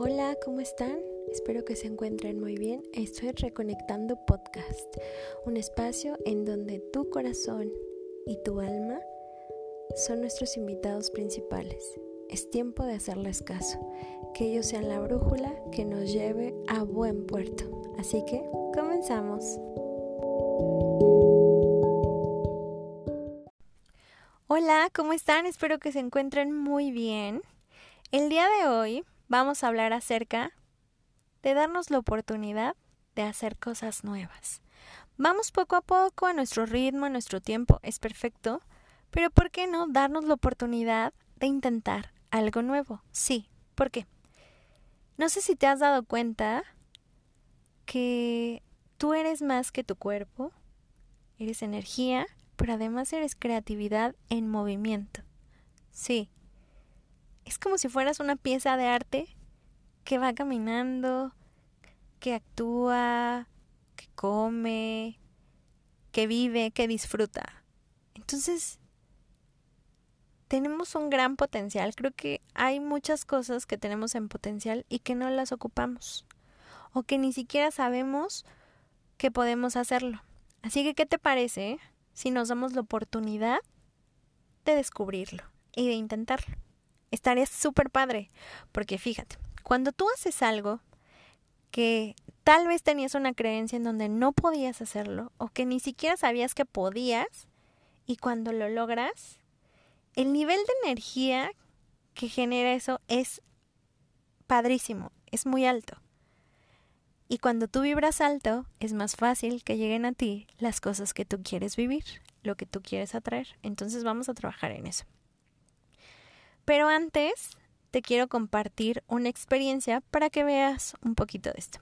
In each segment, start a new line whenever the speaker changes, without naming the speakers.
Hola, ¿cómo están? Espero que se encuentren muy bien. Esto es Reconectando Podcast, un espacio en donde tu corazón y tu alma son nuestros invitados principales. Es tiempo de hacerles caso, que ellos sean la brújula que nos lleve a buen puerto. Así que, comenzamos. Hola, ¿cómo están? Espero que se encuentren muy bien. El día de hoy vamos a hablar acerca de darnos la oportunidad de hacer cosas nuevas. Vamos poco a poco, a nuestro ritmo, a nuestro tiempo, es perfecto, pero ¿por qué no darnos la oportunidad de intentar algo nuevo? Sí, ¿por qué? No sé si te has dado cuenta que tú eres más que tu cuerpo, eres energía, pero además eres creatividad en movimiento. Sí, es como si fueras una pieza de arte que va caminando, que actúa, que come, que vive, que disfruta. Entonces, tenemos un gran potencial. Creo que hay muchas cosas que tenemos en potencial y que no las ocupamos. O que ni siquiera sabemos que podemos hacerlo. Así que, ¿qué te parece si nos damos la oportunidad de descubrirlo y de intentarlo? Estaría súper padre. Porque fíjate, cuando tú haces algo que tal vez tenías una creencia en donde no podías hacerlo o que ni siquiera sabías que podías, y cuando lo logras, el nivel de energía que genera eso es padrísimo, es muy alto. Y cuando tú vibras alto, es más fácil que lleguen a ti las cosas que tú quieres vivir, lo que tú quieres atraer. Entonces vamos a trabajar en eso. Pero antes, te quiero compartir una experiencia para que veas un poquito de esto.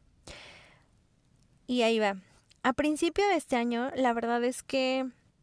Y ahí va. A principio de este año, la verdad es que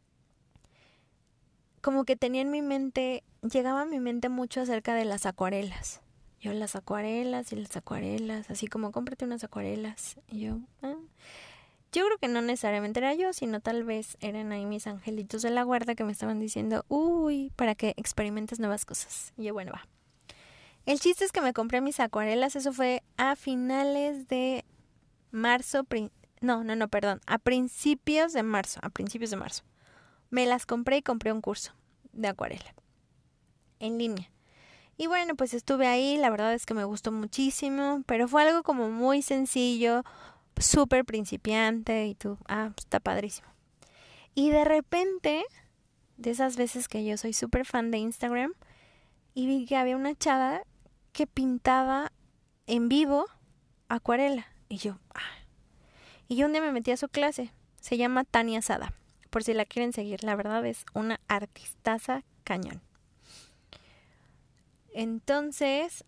como que tenía en mi mente, llegaba a mi mente mucho acerca de las acuarelas. Yo las acuarelas, así como cómprate unas acuarelas. Y yo creo que no necesariamente era yo, sino tal vez eran ahí mis angelitos de la guarda que me estaban diciendo, para que experimentes nuevas cosas. Y yo, bueno, va. El chiste es que me compré mis acuarelas, eso fue a finales de marzo, a principios de marzo. Me las compré y compré un curso de acuarela en línea. Y bueno, pues estuve ahí, la verdad es que me gustó muchísimo, pero fue algo como muy sencillo, súper principiante y tú, pues está padrísimo. Y de repente, de esas veces que yo soy súper fan de Instagram, y vi que había una chava que pintaba en vivo acuarela. Y yo un día me metí a su clase, se llama Tania Sada, por si la quieren seguir, la verdad es una artistaza cañón. Entonces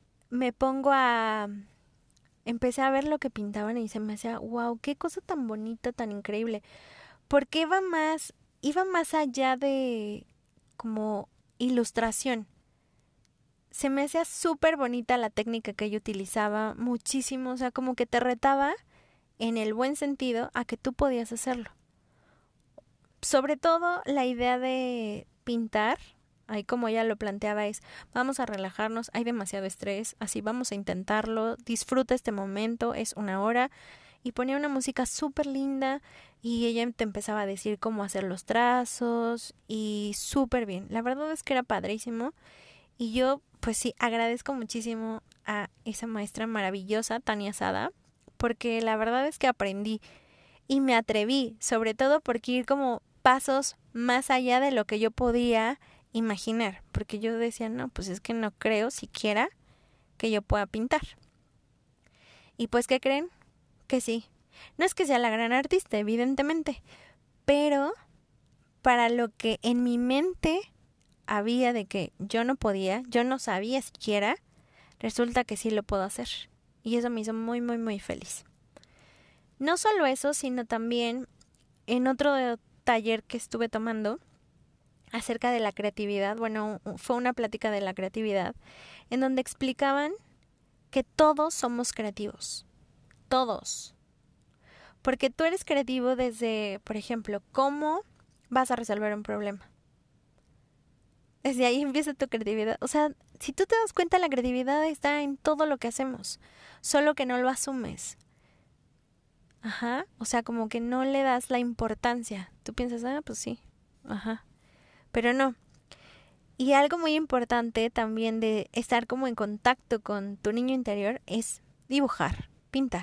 empecé a ver lo que pintaban y se me hacía, wow, qué cosa tan bonita, tan increíble. Porque iba más allá de como ilustración. Se me hacía súper bonita la técnica que ella utilizaba, muchísimo, o sea, como que te retaba en el buen sentido a que tú podías hacerlo. Sobre todo la idea de pintar, ahí como ella lo planteaba es, vamos a relajarnos, hay demasiado estrés, así vamos a intentarlo, disfruta este momento, es 1 hora, y ponía una música súper linda y ella te empezaba a decir cómo hacer los trazos y súper bien, la verdad es que era padrísimo y yo pues sí agradezco muchísimo a esa maestra maravillosa, Tania Sada, porque la verdad es que aprendí y me atreví, sobre todo porque ir como pasos más allá de lo que yo podía imaginar, porque yo decía, no, pues es que no creo siquiera que yo pueda pintar. Y pues, ¿qué creen? Que sí. No es que sea la gran artista, evidentemente, pero para lo que en mi mente había de que yo no podía, yo no sabía siquiera, resulta que sí lo puedo hacer. Y eso me hizo muy, muy, muy feliz. No solo eso, sino también en otro taller que estuve tomando acerca de la creatividad, bueno, fue una plática de la creatividad, en donde explicaban que todos somos creativos, todos. Porque tú eres creativo desde, por ejemplo, cómo vas a resolver un problema. Desde ahí empieza tu creatividad. O sea, si tú te das cuenta, la creatividad está en todo lo que hacemos, solo que no lo asumes. Ajá, o sea, como que no le das la importancia. Tú piensas, pues sí, ajá, pero no. Y algo muy importante también de estar como en contacto con tu niño interior es dibujar, pintar.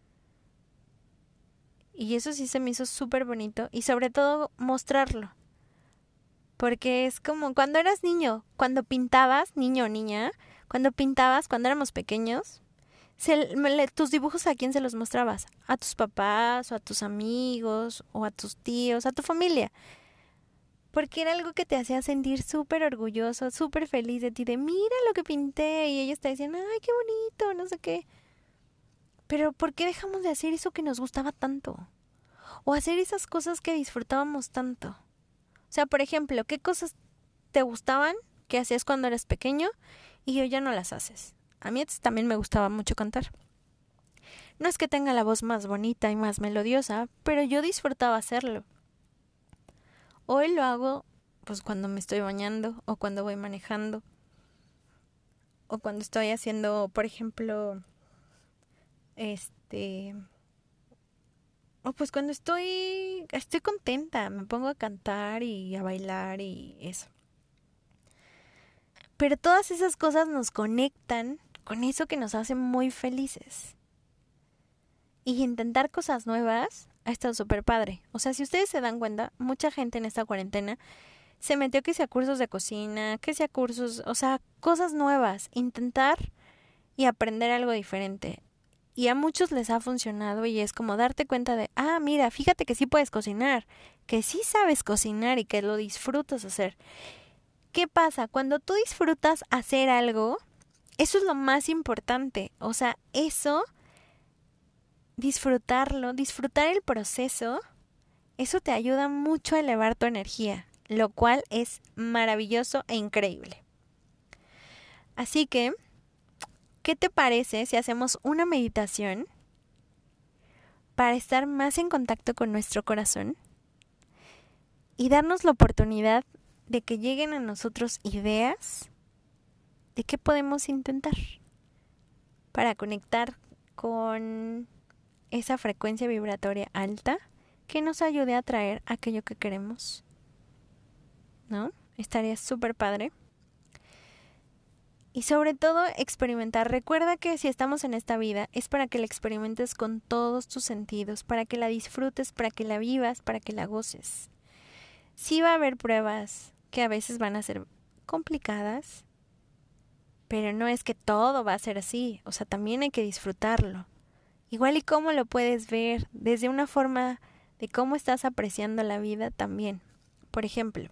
Y eso sí se me hizo súper bonito y sobre todo mostrarlo. Porque es como cuando eras niño, cuando pintabas, niño o niña, cuando pintabas, cuando éramos pequeños, tus dibujos a quién se los mostrabas, a tus papás o a tus amigos o a tus tíos, a tu familia. Porque era algo que te hacía sentir súper orgulloso, súper feliz de ti, de mira lo que pinté y ellos te decían, ay, qué bonito, no sé qué. Pero ¿por qué dejamos de hacer eso que nos gustaba tanto? O hacer esas cosas que disfrutábamos tanto. O sea, por ejemplo, ¿qué cosas te gustaban que hacías cuando eras pequeño y hoy ya no las haces? A mí también me gustaba mucho cantar. No es que tenga la voz más bonita y más melodiosa, pero yo disfrutaba hacerlo. Hoy lo hago pues cuando me estoy bañando o cuando voy manejando o cuando estoy haciendo, por ejemplo, o pues cuando estoy contenta, me pongo a cantar y a bailar y eso. Pero todas esas cosas nos conectan con eso que nos hace muy felices. Y intentar cosas nuevas ha estado súper padre. O sea, si ustedes se dan cuenta, mucha gente en esta cuarentena se metió que sea cursos de cocina, que sea cursos, o sea, cosas nuevas. Intentar y aprender algo diferente. Y a muchos les ha funcionado y es como darte cuenta de, mira, fíjate que sí puedes cocinar, que sí sabes cocinar y que lo disfrutas hacer. ¿Qué pasa? Cuando tú disfrutas hacer algo, eso es lo más importante. O sea, eso, disfrutarlo, disfrutar el proceso, eso te ayuda mucho a elevar tu energía, lo cual es maravilloso e increíble. Así que, ¿qué te parece si hacemos una meditación para estar más en contacto con nuestro corazón y darnos la oportunidad de que lleguen a nosotros ideas de qué podemos intentar para conectar con esa frecuencia vibratoria alta que nos ayude a atraer aquello que queremos? ¿No? Estaría súper padre. Y sobre todo experimentar. Recuerda que si estamos en esta vida es para que la experimentes con todos tus sentidos, para que la disfrutes, para que la vivas, para que la goces. Sí va a haber pruebas que a veces van a ser complicadas, pero no es que todo va a ser así. O sea, también hay que disfrutarlo. Igual y cómo lo puedes ver desde una forma de cómo estás apreciando la vida también. Por ejemplo,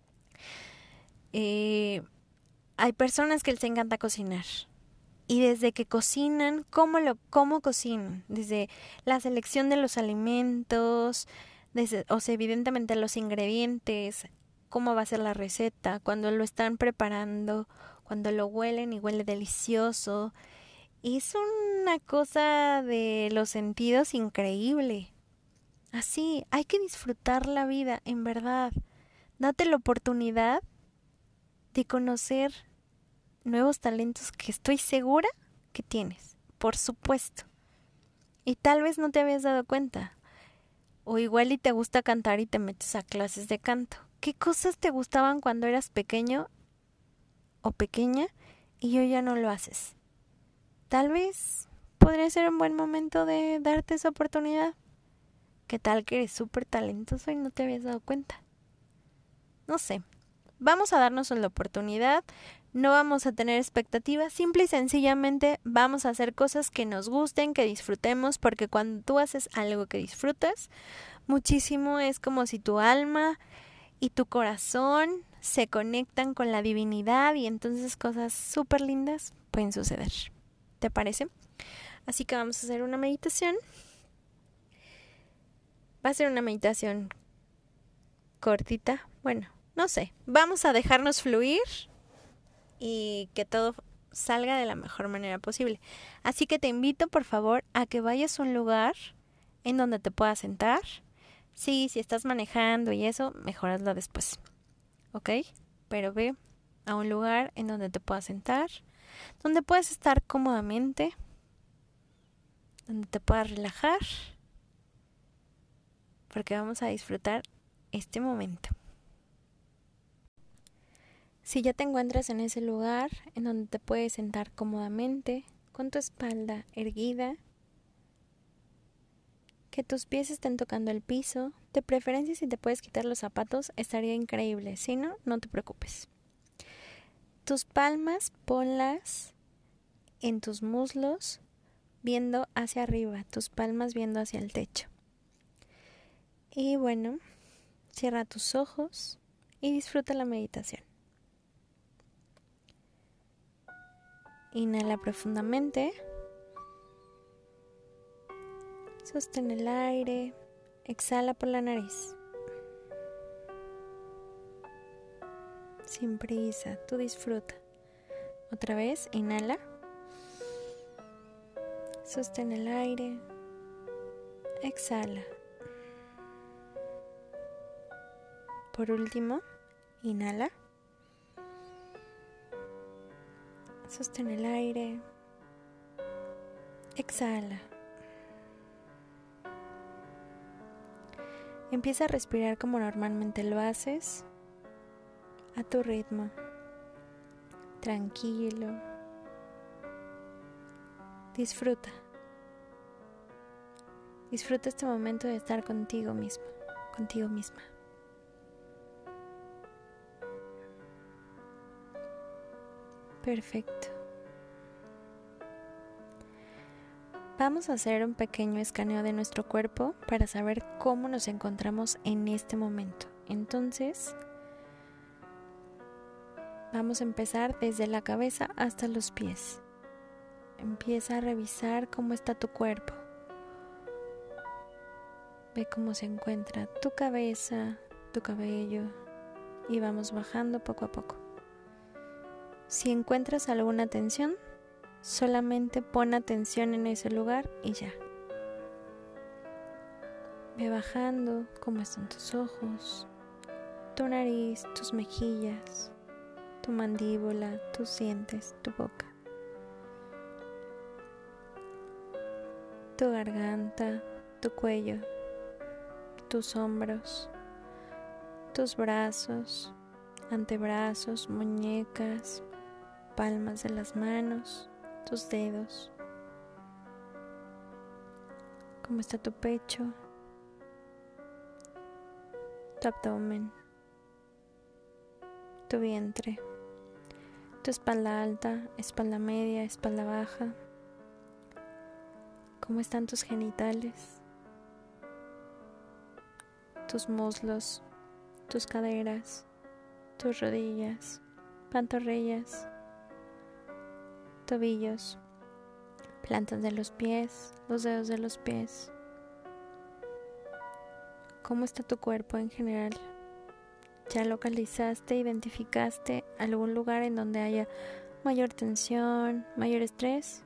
hay personas que les encanta cocinar. Y desde que cocinan, ¿cómo cocinan? Desde la selección de los alimentos, evidentemente los ingredientes, cómo va a ser la receta, cuando lo están preparando, cuando lo huelen y huele delicioso. Es una cosa de los sentidos increíble. Así, hay que disfrutar la vida, en verdad. Date la oportunidad de conocer nuevos talentos que estoy segura que tienes, por supuesto. Y tal vez no te habías dado cuenta. O igual y te gusta cantar y te metes a clases de canto. ¿Qué cosas te gustaban cuando eras pequeño o pequeña y hoy ya no lo haces? Tal vez podría ser un buen momento de darte esa oportunidad. ¿Qué tal que eres súper talentoso y no te habías dado cuenta? No sé. Vamos a darnos la oportunidad. No vamos a tener expectativas, simple y sencillamente vamos a hacer cosas que nos gusten, que disfrutemos, porque cuando tú haces algo que disfrutas muchísimo es como si tu alma y tu corazón se conectan con la divinidad y entonces cosas súper lindas pueden suceder. ¿Te parece? Así que vamos a hacer una meditación. Va a ser una meditación cortita. Bueno, no sé. Vamos a dejarnos fluir y que todo salga de la mejor manera posible. Así que te invito, por favor, a que vayas a un lugar en donde te puedas sentar. Sí, si estás manejando y eso, mejoraslo después. ¿Ok? pero ve a un lugar en donde te puedas sentar, donde puedas estar cómodamente, donde te puedas relajar, porque vamos a disfrutar este momento. Si ya te encuentras en ese lugar en donde te puedes sentar cómodamente, con tu espalda erguida, que tus pies estén tocando el piso, de preferencia si te puedes quitar los zapatos estaría increíble, si no, no te preocupes. Tus palmas ponlas en tus muslos viendo hacia arriba, tus palmas viendo hacia el techo. Y bueno, cierra tus ojos y disfruta la meditación. Inhala profundamente. Sostén el aire. Exhala por la nariz. Sin prisa, tú disfruta. Otra vez, inhala. Sostén el aire. Exhala. Por último, inhala. Sostén el aire. Exhala. Empieza a respirar como normalmente lo haces, a tu ritmo, tranquilo. Disfruta. Disfruta este momento de estar contigo mismo, contigo misma. Perfecto. Vamos a hacer un pequeño escaneo de nuestro cuerpo para saber cómo nos encontramos en este momento. Entonces, vamos a empezar desde la cabeza hasta los pies. Empieza a revisar cómo está tu cuerpo. Ve cómo se encuentra tu cabeza, tu cabello y vamos bajando poco a poco. Si encuentras alguna tensión, solamente pon atención en ese lugar y ya. Ve bajando cómo están tus ojos, tu nariz, tus mejillas, tu mandíbula, tus dientes, tu boca, tu garganta, tu cuello, tus hombros, tus brazos, antebrazos, muñecas, palmas de las manos, tus dedos. ¿Cómo está tu pecho? Tu abdomen, tu vientre, tu espalda alta, espalda media, espalda baja. ¿Cómo están tus genitales? Tus muslos, tus caderas, tus rodillas, pantorrillas, tobillos, plantas de los pies, los dedos de los pies. ¿Cómo está tu cuerpo en general? ¿Ya localizaste, identificaste algún lugar en donde haya mayor tensión, mayor estrés?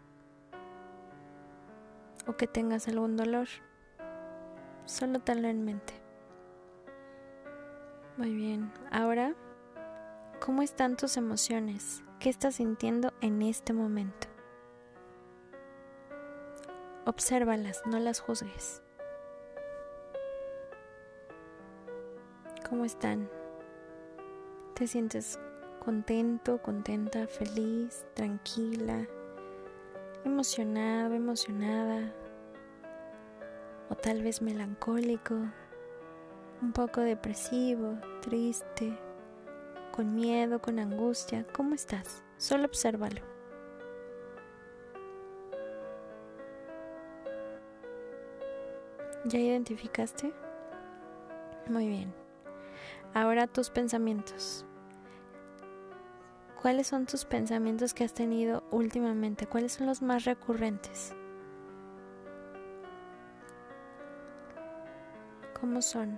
¿O que tengas algún dolor? Solo tenlo en mente. Muy bien. Ahora, ¿cómo están tus emociones? ¿Qué estás sintiendo en este momento? Obsérvalas, no las juzgues. ¿Cómo están? ¿Te sientes contento, contenta, feliz, tranquila, emocionado, emocionada? O tal vez melancólico, un poco depresivo, triste, con miedo, con angustia. ¿Cómo estás? Solo obsérvalo. ¿Ya identificaste? Muy bien. Ahora tus pensamientos. ¿Cuáles son tus pensamientos que has tenido últimamente? ¿Cuáles son los más recurrentes? ¿Cómo son?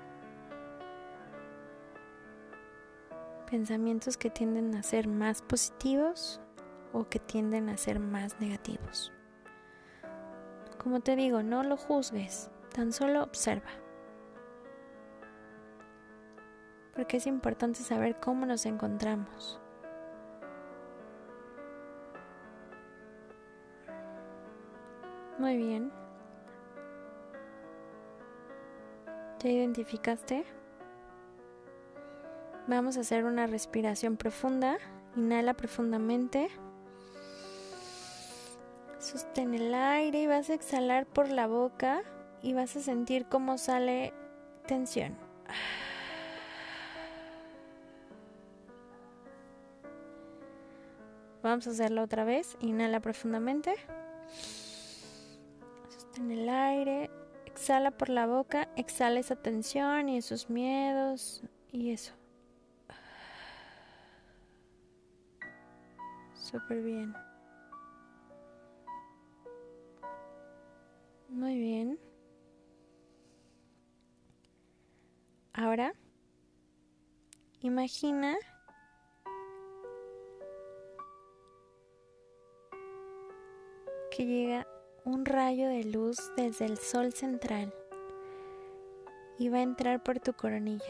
¿Pensamientos que tienden a ser más positivos o que tienden a ser más negativos? Como te digo, no lo juzgues, tan solo observa. porque es importante saber cómo nos encontramos. Muy bien. ¿Ya identificaste? Vamos a hacer una respiración profunda. Inhala profundamente. Sostén el aire y vas a exhalar por la boca y vas a sentir cómo sale tensión. Vamos a hacerlo otra vez. Inhala profundamente. Sostén el aire. Exhala por la boca. Exhala esa tensión y esos miedos y eso. Súper bien. Muy bien. Ahora, imagina que llega un rayo de luz desde el sol central y va a entrar por tu coronilla.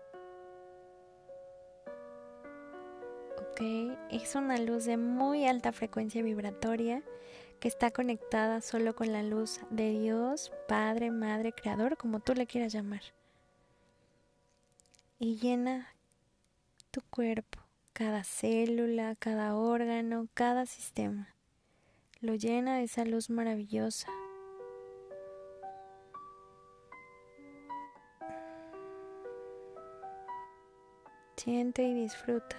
Ok, es una luz de muy alta frecuencia vibratoria que está conectada solo con la luz de Dios, Padre, Madre, Creador, como tú le quieras llamar. Y llena tu cuerpo, cada célula, cada órgano, cada sistema. Lo llena de esa luz maravillosa. Siente y disfruta.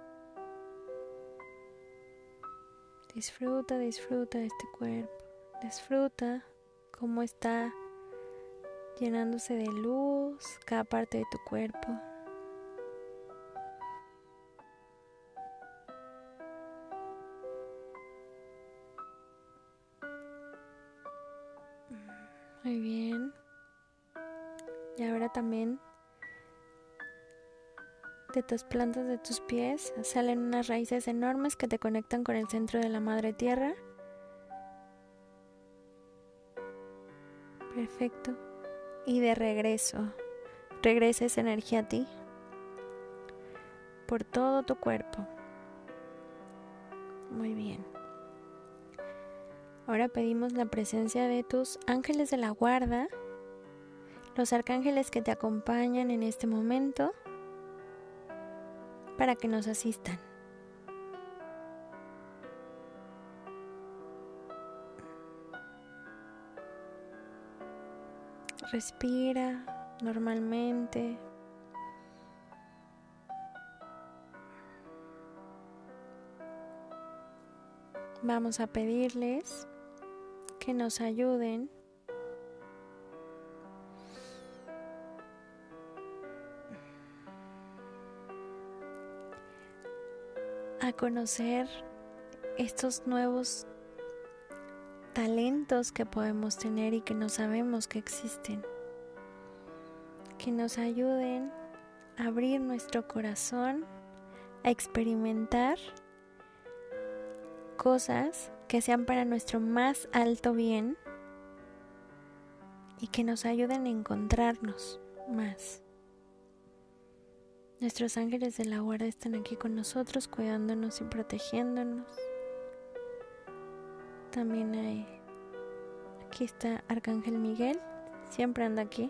Disfruta de este cuerpo. Disfruta cómo está llenándose de luz cada parte de tu cuerpo. Muy bien. Y ahora también de tus plantas de tus pies salen unas raíces enormes que te conectan con el centro de la Madre Tierra. Perfecto. Y de regreso, regresa esa energía a ti por todo tu cuerpo. Muy bien. Ahora pedimos la presencia de tus ángeles de la guarda, los arcángeles que te acompañan en este momento, para que nos asistan. Respira normalmente. Vamos a pedirles que nos ayuden a conocer estos nuevos talentos que podemos tener y que no sabemos que existen. Que nos ayuden a abrir nuestro corazón, a experimentar cosas que sean para nuestro más alto bien y que nos ayuden a encontrarnos más. Nuestros ángeles de la guarda están aquí con nosotros, cuidándonos y protegiéndonos. También aquí está Arcángel Miguel, siempre anda aquí.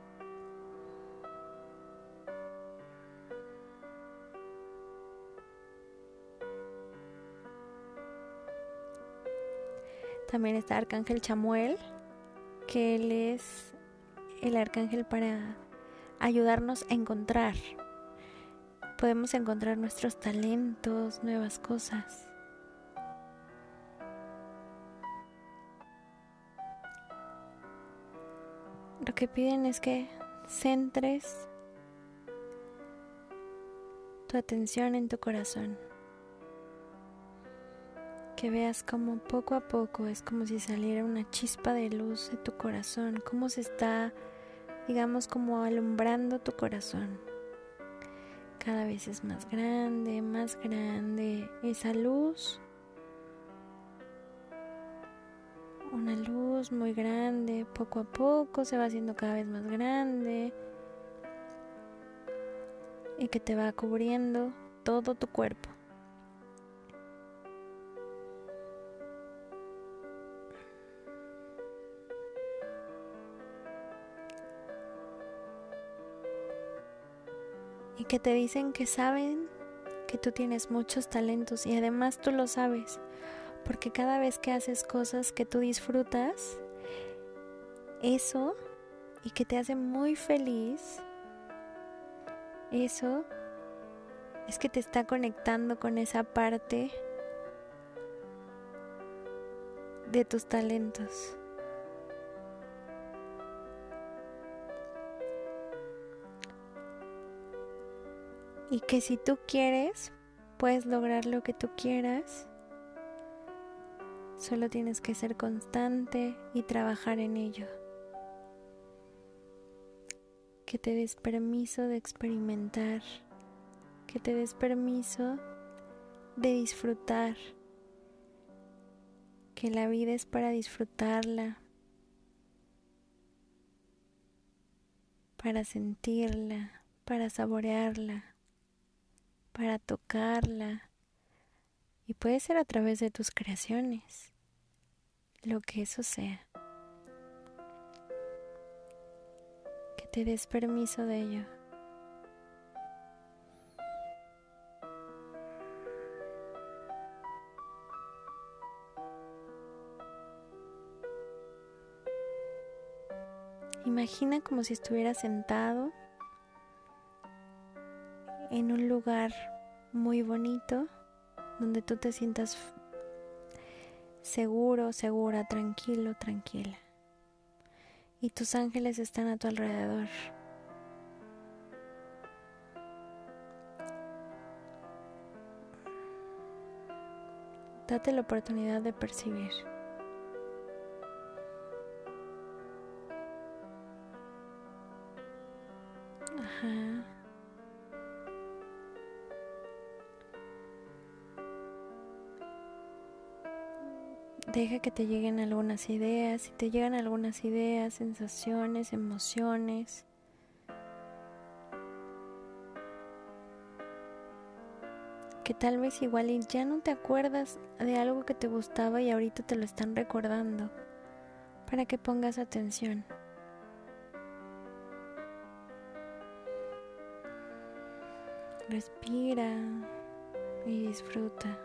También está Arcángel Chamuel, que él es el arcángel para ayudarnos a encontrar. Podemos encontrar nuestros talentos, nuevas cosas. Lo que piden es que centres tu atención en tu corazón. Que veas como poco a poco es como si saliera una chispa de luz de tu corazón, cómo se está, digamos, como alumbrando tu corazón. Cada vez es más grande esa luz. Una luz muy grande, poco a poco se va haciendo cada vez más grande. y que te va cubriendo todo tu cuerpo. Y que te dicen que saben que tú tienes muchos talentos y además tú lo sabes, porque cada vez que haces cosas que tú disfrutas, eso y que te hace muy feliz, eso es que te está conectando con esa parte de tus talentos. Y que si tú quieres, puedes lograr lo que tú quieras. Solo tienes que ser constante y trabajar en ello. Que te des permiso de experimentar. Que te des permiso de disfrutar. Que la vida es para disfrutarla, para sentirla, para saborearla, para tocarla. Y puede ser a través de tus creaciones, lo que eso sea. Que te des permiso de ello. Imagina como si estuvieras sentado en un lugar muy bonito, donde tú te sientas seguro, segura, tranquilo, tranquila. Y tus ángeles están a tu alrededor. Date la oportunidad de percibir. Ajá. Deja que te lleguen algunas ideas. Si te llegan algunas ideas, sensaciones, emociones, que tal vez igual y ya no te acuerdas de algo que te gustaba y ahorita te lo están recordando, para que pongas atención. Respira y disfruta.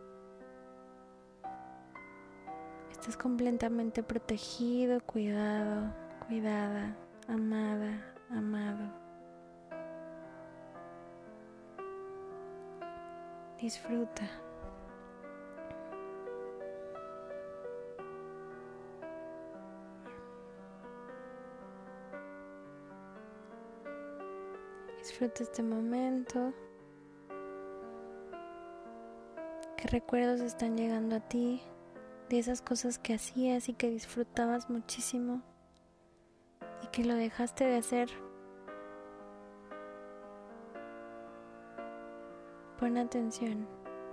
Estás completamente protegido, cuidado, cuidada, amada, amado. Disfruta. Disfruta este momento. ¿Qué recuerdos están llegando a ti de esas cosas que hacías y que disfrutabas muchísimo y que lo dejaste de hacer? Pon atención.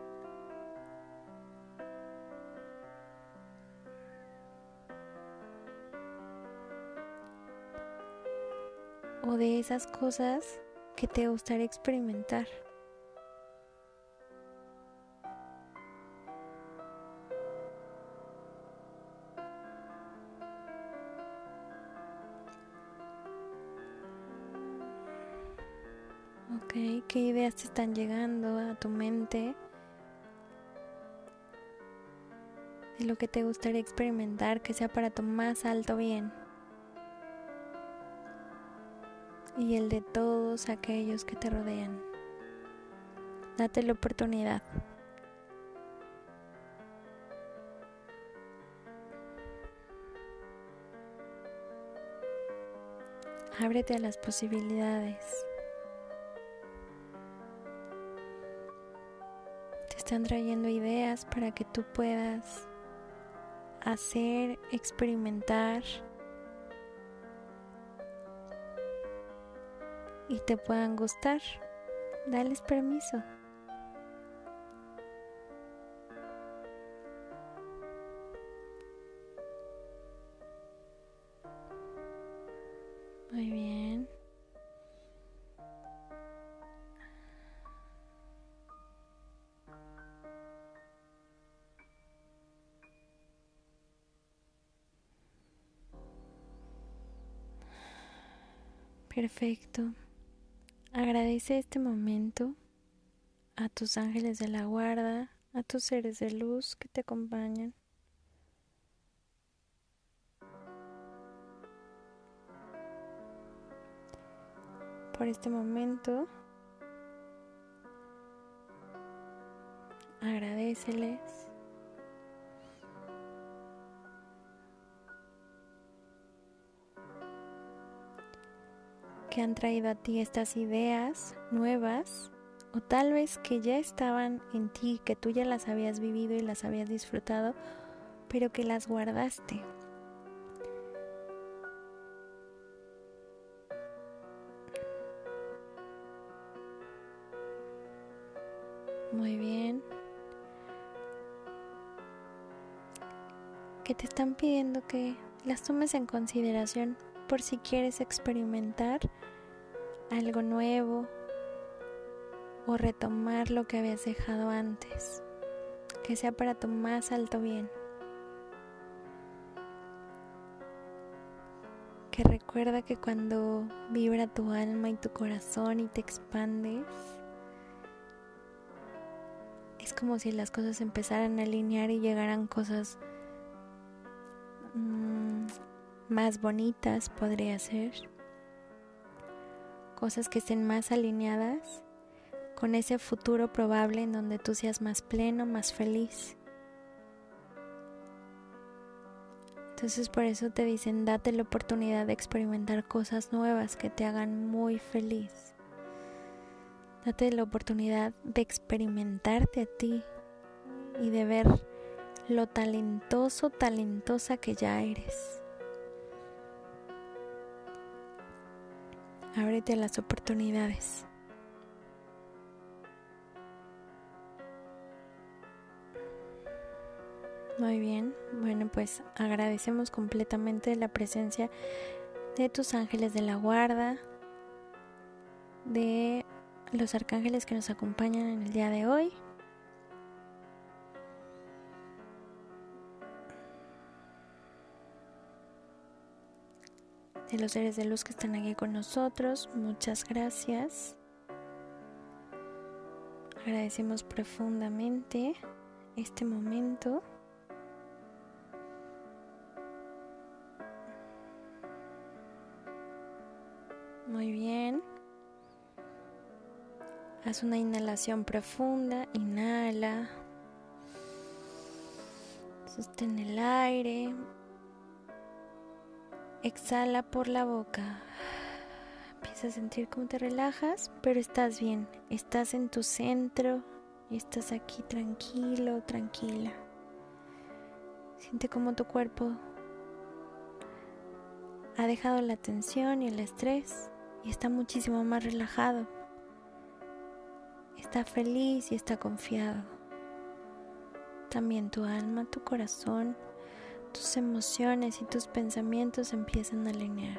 O de esas cosas que te gustaría experimentar. Ok, ¿qué ideas te están llegando a tu mente de lo que te gustaría experimentar que sea para tu más alto bien y el de todos aquellos que te rodean? Date la oportunidad. Ábrete a las posibilidades. Te están trayendo ideas para que tú puedas hacer, experimentar y te puedan gustar. Dales permiso. Muy bien. Perfecto. Agradece este momento a tus ángeles de la guarda, a tus seres de luz que te acompañan. Por este momento, agradéceles. Que han traído a ti estas ideas nuevas o tal vez que ya estaban en ti, que tú ya las habías vivido y las habías disfrutado, pero que las guardaste. Muy bien. Que te están pidiendo que las tomes en consideración por si quieres experimentar algo nuevo o retomar lo que habías dejado antes, que sea para tu más alto bien. Que recuerda que cuando vibra tu alma y tu corazón y te expandes, es como si las cosas empezaran a alinear y llegaran cosas más bonitas, podría ser. Cosas que estén más alineadas con ese futuro probable en donde tú seas más pleno, más feliz. Entonces por eso te dicen, date la oportunidad de experimentar cosas nuevas que te hagan muy feliz. Date la oportunidad de experimentarte a ti y de ver lo talentoso, talentosa que ya eres. Ábrete a las oportunidades. Muy bien, bueno, pues agradecemos completamente la presencia de tus ángeles de la guarda, de los arcángeles que nos acompañan en el día de hoy. De los seres de luz que están aquí con nosotros, muchas gracias. Agradecemos profundamente este momento. Muy bien. Haz una inhalación profunda, inhala. Sostén el aire. Exhala por la boca. Empieza a sentir cómo te relajas, pero estás bien. Estás en tu centro y estás aquí tranquilo, tranquila. Siente cómo tu cuerpo ha dejado la tensión y el estrés y está muchísimo más relajado. Está feliz y está confiado. También tu alma, tu corazón, tus emociones y tus pensamientos empiezan a alinear.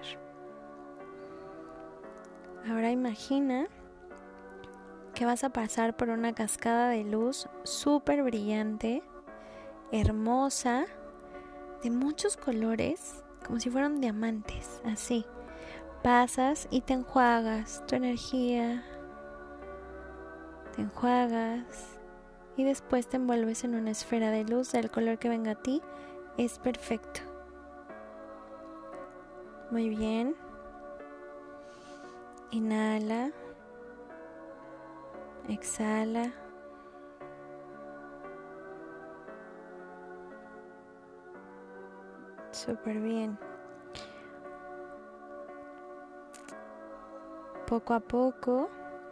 Ahora imagina que vas a pasar por una cascada de luz súper brillante, hermosa, de muchos colores, como si fueran diamantes, así. Pasas y te enjuagas tu energía, te enjuagas y después te envuelves en una esfera de luz del color que venga a ti. Es perfecto. Muy bien. Inhala. Exhala. Súper bien. Poco a poco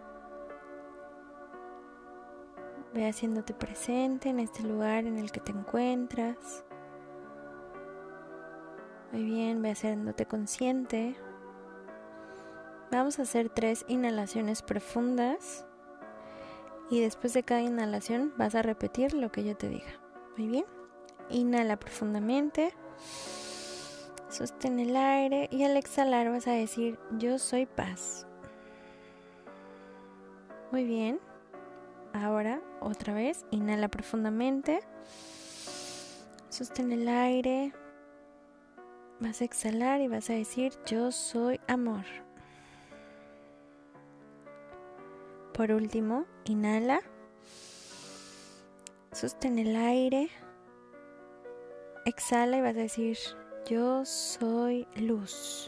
ve haciéndote presente en este lugar en el que te encuentras. Muy bien, ve haciéndote consciente. Vamos a hacer 3 inhalaciones profundas y después de cada inhalación vas a repetir lo que yo te diga. Muy bien. Inhala profundamente. Sostén el aire y al exhalar vas a decir, yo soy paz. Muy bien. Ahora, otra vez, inhala profundamente. Sostén el aire. Vas a exhalar y vas a decir, yo soy amor. Por último, inhala. Sostén el aire. Exhala y vas a decir: yo soy luz.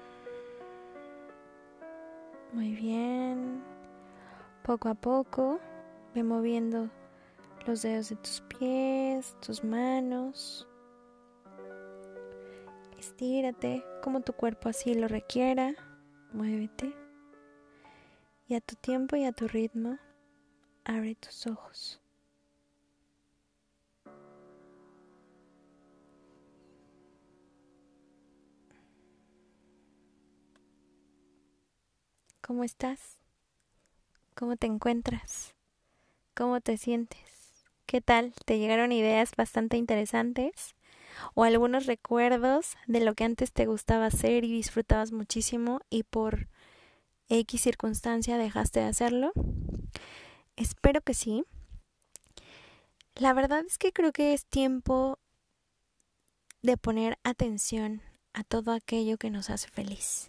Muy bien. Poco a poco ve moviendo los dedos de tus pies, tus manos. Estírate como tu cuerpo así lo requiera. Muévete. Y a tu tiempo y a tu ritmo, abre tus ojos. ¿Cómo estás? ¿Cómo te encuentras? ¿Cómo te sientes? ¿Qué tal? ¿Te llegaron ideas bastante interesantes? ¿O algunos recuerdos de lo que antes te gustaba hacer y disfrutabas muchísimo y por X circunstancia dejaste de hacerlo? Espero que sí. La verdad es que creo que es tiempo de poner atención a todo aquello que nos hace feliz.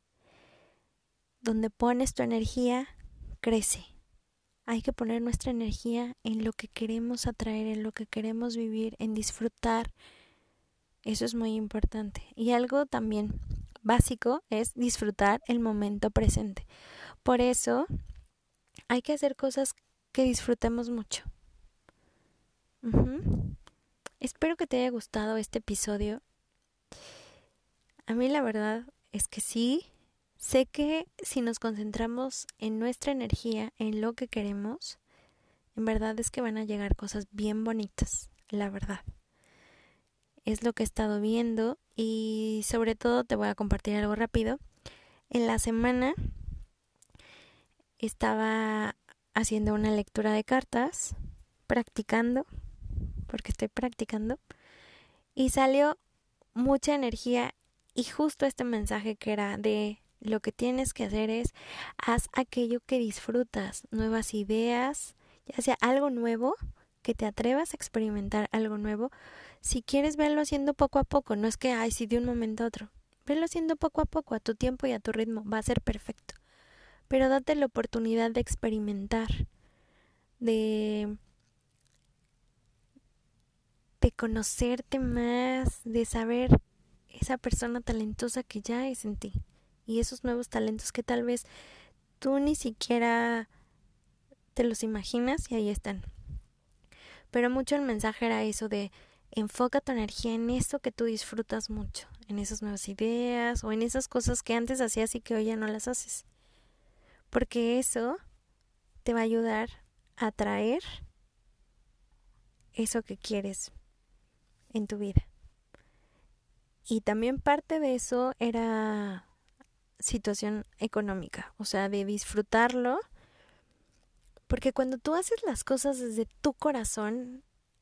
Donde pones tu energía, crece. Hay que poner nuestra energía en lo que queremos atraer, en lo que queremos vivir, en disfrutar. Eso es muy importante. Y algo también básico es disfrutar el momento presente. Por eso hay que hacer cosas que disfrutemos mucho. Espero que te haya gustado este episodio. A mí la verdad es que sí. Sé que si nos concentramos en nuestra energía, en lo que queremos, en verdad es que van a llegar cosas bien bonitas, la verdad. Es lo que he estado viendo y sobre todo te voy a compartir algo rápido. En la semana estaba haciendo una lectura de cartas, practicando, porque estoy practicando, y salió mucha energía y justo este mensaje que era de lo que tienes que hacer es haz aquello que disfrutas, nuevas ideas, ya sea algo nuevo, que te atrevas a experimentar algo nuevo. Si quieres verlo haciendo poco a poco, no es que sí de un momento a otro, verlo haciendo poco a poco, a tu tiempo y a tu ritmo, va a ser perfecto. Pero date la oportunidad de experimentar, de conocerte más, de saber esa persona talentosa que ya es en ti y esos nuevos talentos que tal vez tú ni siquiera te los imaginas y ahí están. Pero mucho el mensaje era eso de enfoca tu energía en eso que tú disfrutas mucho, en esas nuevas ideas o en esas cosas que antes hacías y que hoy ya no las haces. Porque eso te va a ayudar a atraer eso que quieres en tu vida. Y también parte de eso era situación económica, o sea, de disfrutarlo, porque cuando tú haces las cosas desde tu corazón,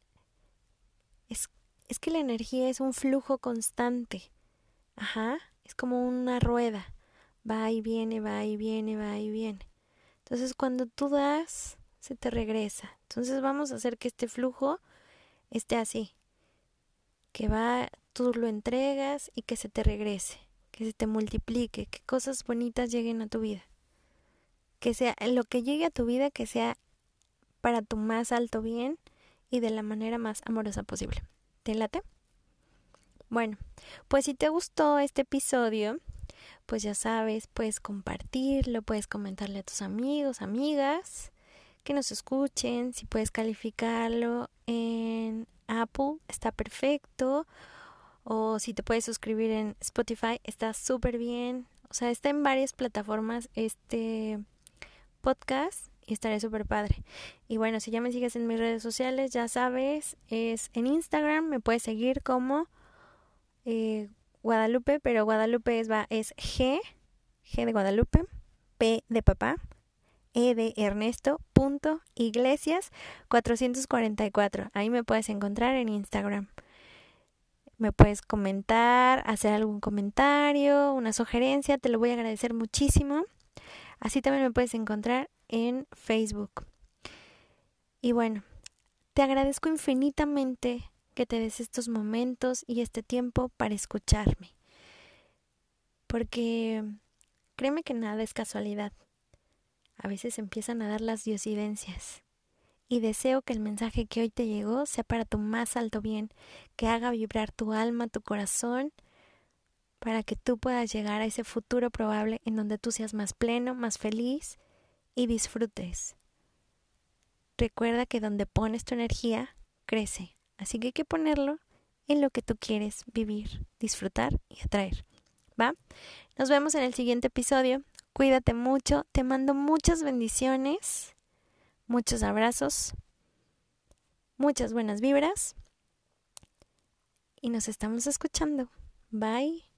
es que la energía es un flujo constante, es como una rueda, va y viene, va y viene, va y viene. Entonces cuando tú das, se te regresa. Entonces vamos a hacer que este flujo esté así, que va, tú lo entregas y que se te regrese, que se te multiplique, que cosas bonitas lleguen a tu vida. Que sea lo que llegue a tu vida, que sea para tu más alto bien y de la manera más amorosa posible. ¿Te late? Bueno, pues si te gustó este episodio, pues ya sabes, puedes compartirlo, puedes comentarle a tus amigos, amigas, que nos escuchen, si puedes calificarlo en Apple, está perfecto, o si te puedes suscribir en Spotify, está súper bien, o sea, está en varias plataformas este podcast y estaré súper padre. Y bueno, si ya me sigues en mis redes sociales, ya sabes, es en Instagram, me puedes seguir como Guadalupe, pero Guadalupe es G de Guadalupe, P de papá, E de Ernesto, Iglesias 444. Ahí me puedes encontrar en Instagram. Me puedes comentar, hacer algún comentario, una sugerencia, te lo voy a agradecer muchísimo. Así también me puedes encontrar en Facebook. Y bueno, te agradezco infinitamente que te des estos momentos y este tiempo para escucharme. Porque créeme que nada es casualidad. A veces empiezan a dar las diosidencias. Y deseo que el mensaje que hoy te llegó sea para tu más alto bien, que haga vibrar tu alma, tu corazón, para que tú puedas llegar a ese futuro probable en donde tú seas más pleno, más feliz y disfrutes. Recuerda que donde pones tu energía, crece. Así que hay que ponerlo en lo que tú quieres vivir, disfrutar y atraer. ¿Va? Nos vemos en el siguiente episodio. Cuídate mucho. Te mando muchas bendiciones, muchos abrazos, muchas buenas vibras. Y nos estamos escuchando. Bye.